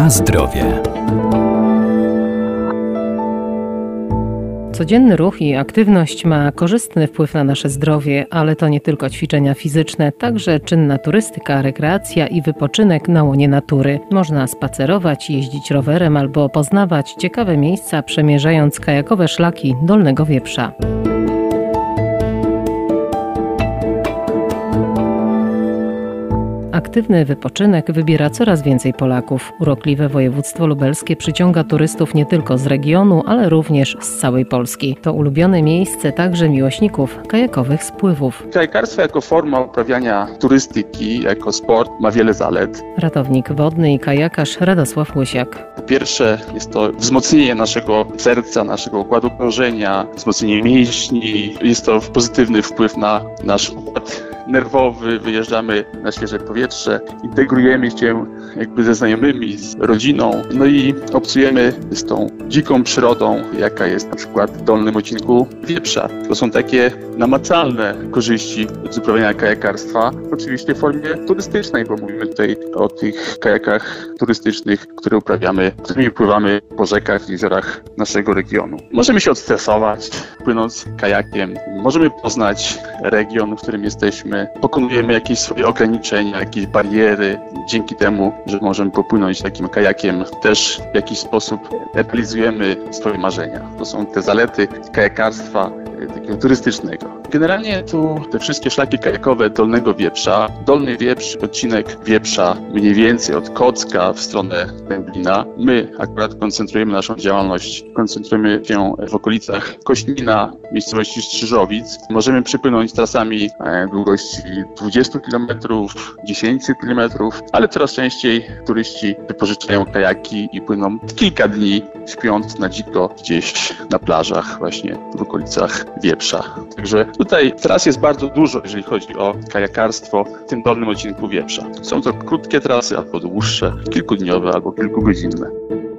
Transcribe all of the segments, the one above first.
Na zdrowie. Codzienny ruch i aktywność ma korzystny wpływ na nasze zdrowie, ale to nie tylko ćwiczenia fizyczne, także czynna turystyka, rekreacja i wypoczynek na łonie natury. Można spacerować, jeździć rowerem albo poznawać ciekawe miejsca, przemierzając kajakowe szlaki Dolnego Wieprza. Aktywny wypoczynek wybiera coraz więcej Polaków. Urokliwe województwo lubelskie przyciąga turystów nie tylko z regionu, ale również z całej Polski. To ulubione miejsce także miłośników kajakowych spływów. Kajakarstwo jako forma uprawiania turystyki, jako sport ma wiele zalet. Ratownik wodny i kajakarz Radosław Łysiak. Po pierwsze jest to wzmocnienie naszego serca, naszego układu krążenia, wzmocnienie mięśni. Jest to pozytywny wpływ na nasz układ nerwowy, wyjeżdżamy na świeże powietrze, integrujemy się jakby ze znajomymi, z rodziną, no i obcujemy z tą dziką przyrodą, jaka jest na przykład w dolnym odcinku Wieprza. To są takie namacalne korzyści z uprawiania kajakarstwa, oczywiście w formie turystycznej, bo mówimy tutaj o tych kajakach turystycznych, które uprawiamy, którymi pływamy po rzekach i jeziorach naszego regionu. Możemy się odstresować, płynąc kajakiem, możemy poznać region, w którym jesteśmy, pokonujemy jakieś swoje ograniczenia, jakieś bariery. Dzięki temu, że możemy popłynąć takim kajakiem, też w jakiś sposób realizujemy swoje marzenia. To są te zalety kajakarstwa takiego turystycznego. Generalnie tu te wszystkie szlaki kajakowe Dolnego Wieprza, Dolny Wieprz, odcinek Wieprza mniej więcej od Kocka w stronę Dęblina. My akurat koncentrujemy naszą działalność, koncentrujemy się w okolicach Kośmina, miejscowości Strzyżowic. Możemy przypłynąć trasami długości 20 km, 10 km, ale coraz częściej turyści wypożyczają kajaki i płyną kilka dni, śpiąc na dziko gdzieś na plażach właśnie w okolicach Wieprza. Także tutaj tras jest bardzo dużo, jeżeli chodzi o kajakarstwo w tym dolnym odcinku Wieprza. Są to krótkie trasy, albo dłuższe, kilkudniowe, albo kilkugodzinne.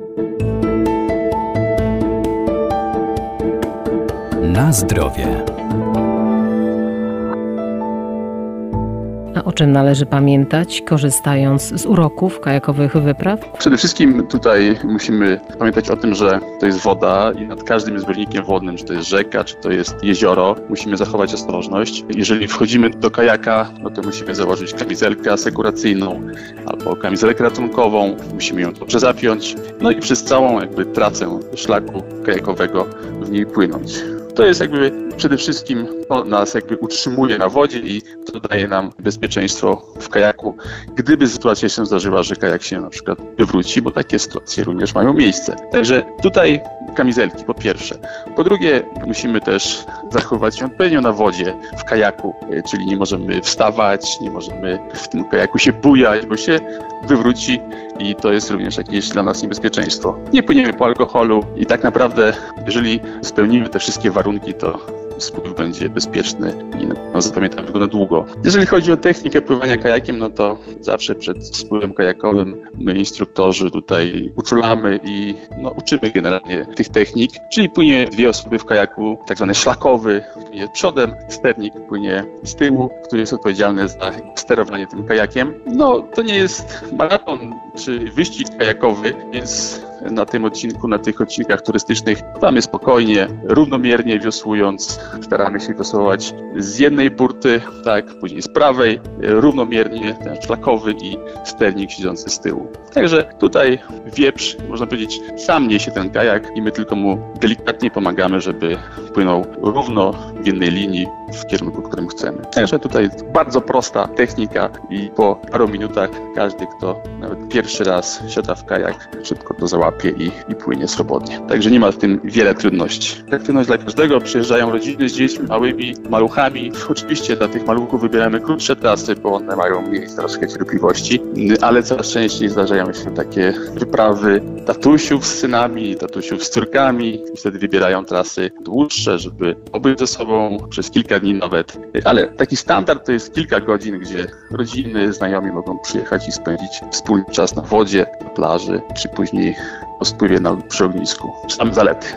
Na zdrowie. A o czym należy pamiętać, korzystając z uroków kajakowych wypraw? Przede wszystkim tutaj musimy pamiętać o tym, że to jest woda i nad każdym zbiornikiem wodnym, czy to jest rzeka, czy to jest jezioro, musimy zachować ostrożność. Jeżeli wchodzimy do kajaka, no to musimy założyć kamizelkę asekuracyjną albo kamizelkę ratunkową, musimy ją dobrze zapiąć, no i przez całą trasę szlaku kajakowego w niej płynąć. To jest przede wszystkim to nas utrzymuje na wodzie i to daje nam bezpieczeństwo w kajaku. Gdyby sytuacja się zdarzyła, że kajak się na przykład wywróci, bo takie sytuacje również mają miejsce. Także tutaj kamizelki po pierwsze. Po drugie musimy też zachować się odpowiednio na wodzie w kajaku, czyli nie możemy wstawać, nie możemy w tym kajaku się bujać, bo się wywróci i to jest również jakieś dla nas niebezpieczeństwo. Nie płyniemy po alkoholu i tak naprawdę, jeżeli spełnimy te wszystkie warunki, to spływ będzie bezpieczny i zapamiętamy go na długo. Jeżeli chodzi o technikę pływania kajakiem, no to zawsze przed spływem kajakowym my instruktorzy tutaj uczulamy i uczymy generalnie tych technik, czyli płynie dwie osoby w kajaku, tak zwany szlakowy, płynie przodem, sternik płynie z tyłu, który jest odpowiedzialny za sterowanie tym kajakiem. To nie jest maraton czy wyścig kajakowy, więc na tym odcinku, na tych odcinkach turystycznych pływamy spokojnie, równomiernie wiosłując. Staramy się wiosłować z jednej burty, później z prawej, równomiernie, ten szlakowy i sternik siedzący z tyłu. Także tutaj Wieprz, można powiedzieć, sam niesie ten kajak i my tylko mu delikatnie pomagamy, żeby płynął równo w jednej linii w kierunku, w którym chcemy. Także tutaj bardzo prosta technika i po paru minutach każdy, kto nawet pierwszy raz siada w kajak, szybko to załapie i płynie swobodnie. Także nie ma w tym wiele trudności. Aktywność dla każdego, przyjeżdżają rodziny z dziećmi, małymi maluchami. Oczywiście dla tych maluchów wybieramy krótsze trasy, bo one mają mniej troszkę cierpliwości, ale coraz częściej zdarzają się takie wyprawy tatusiów z synami, tatusiów z córkami i wtedy wybierają trasy dłuższe, żeby pobyć ze sobą przez kilka dni nawet. Ale taki standard to jest kilka godzin, gdzie rodziny, znajomi mogą przyjechać i spędzić wspólny czas na wodzie, na plaży, czy później po spływie przy ognisku. Same zalety.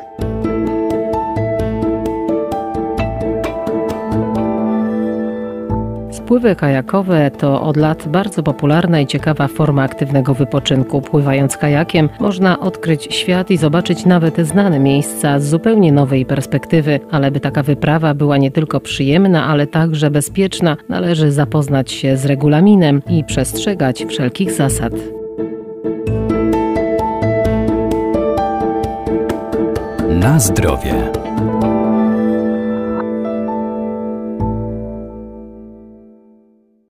Spływy kajakowe to od lat bardzo popularna i ciekawa forma aktywnego wypoczynku. Pływając kajakiem można odkryć świat i zobaczyć nawet znane miejsca z zupełnie nowej perspektywy. Ale by taka wyprawa była nie tylko przyjemna, ale także bezpieczna, należy zapoznać się z regulaminem i przestrzegać wszelkich zasad. Na zdrowie.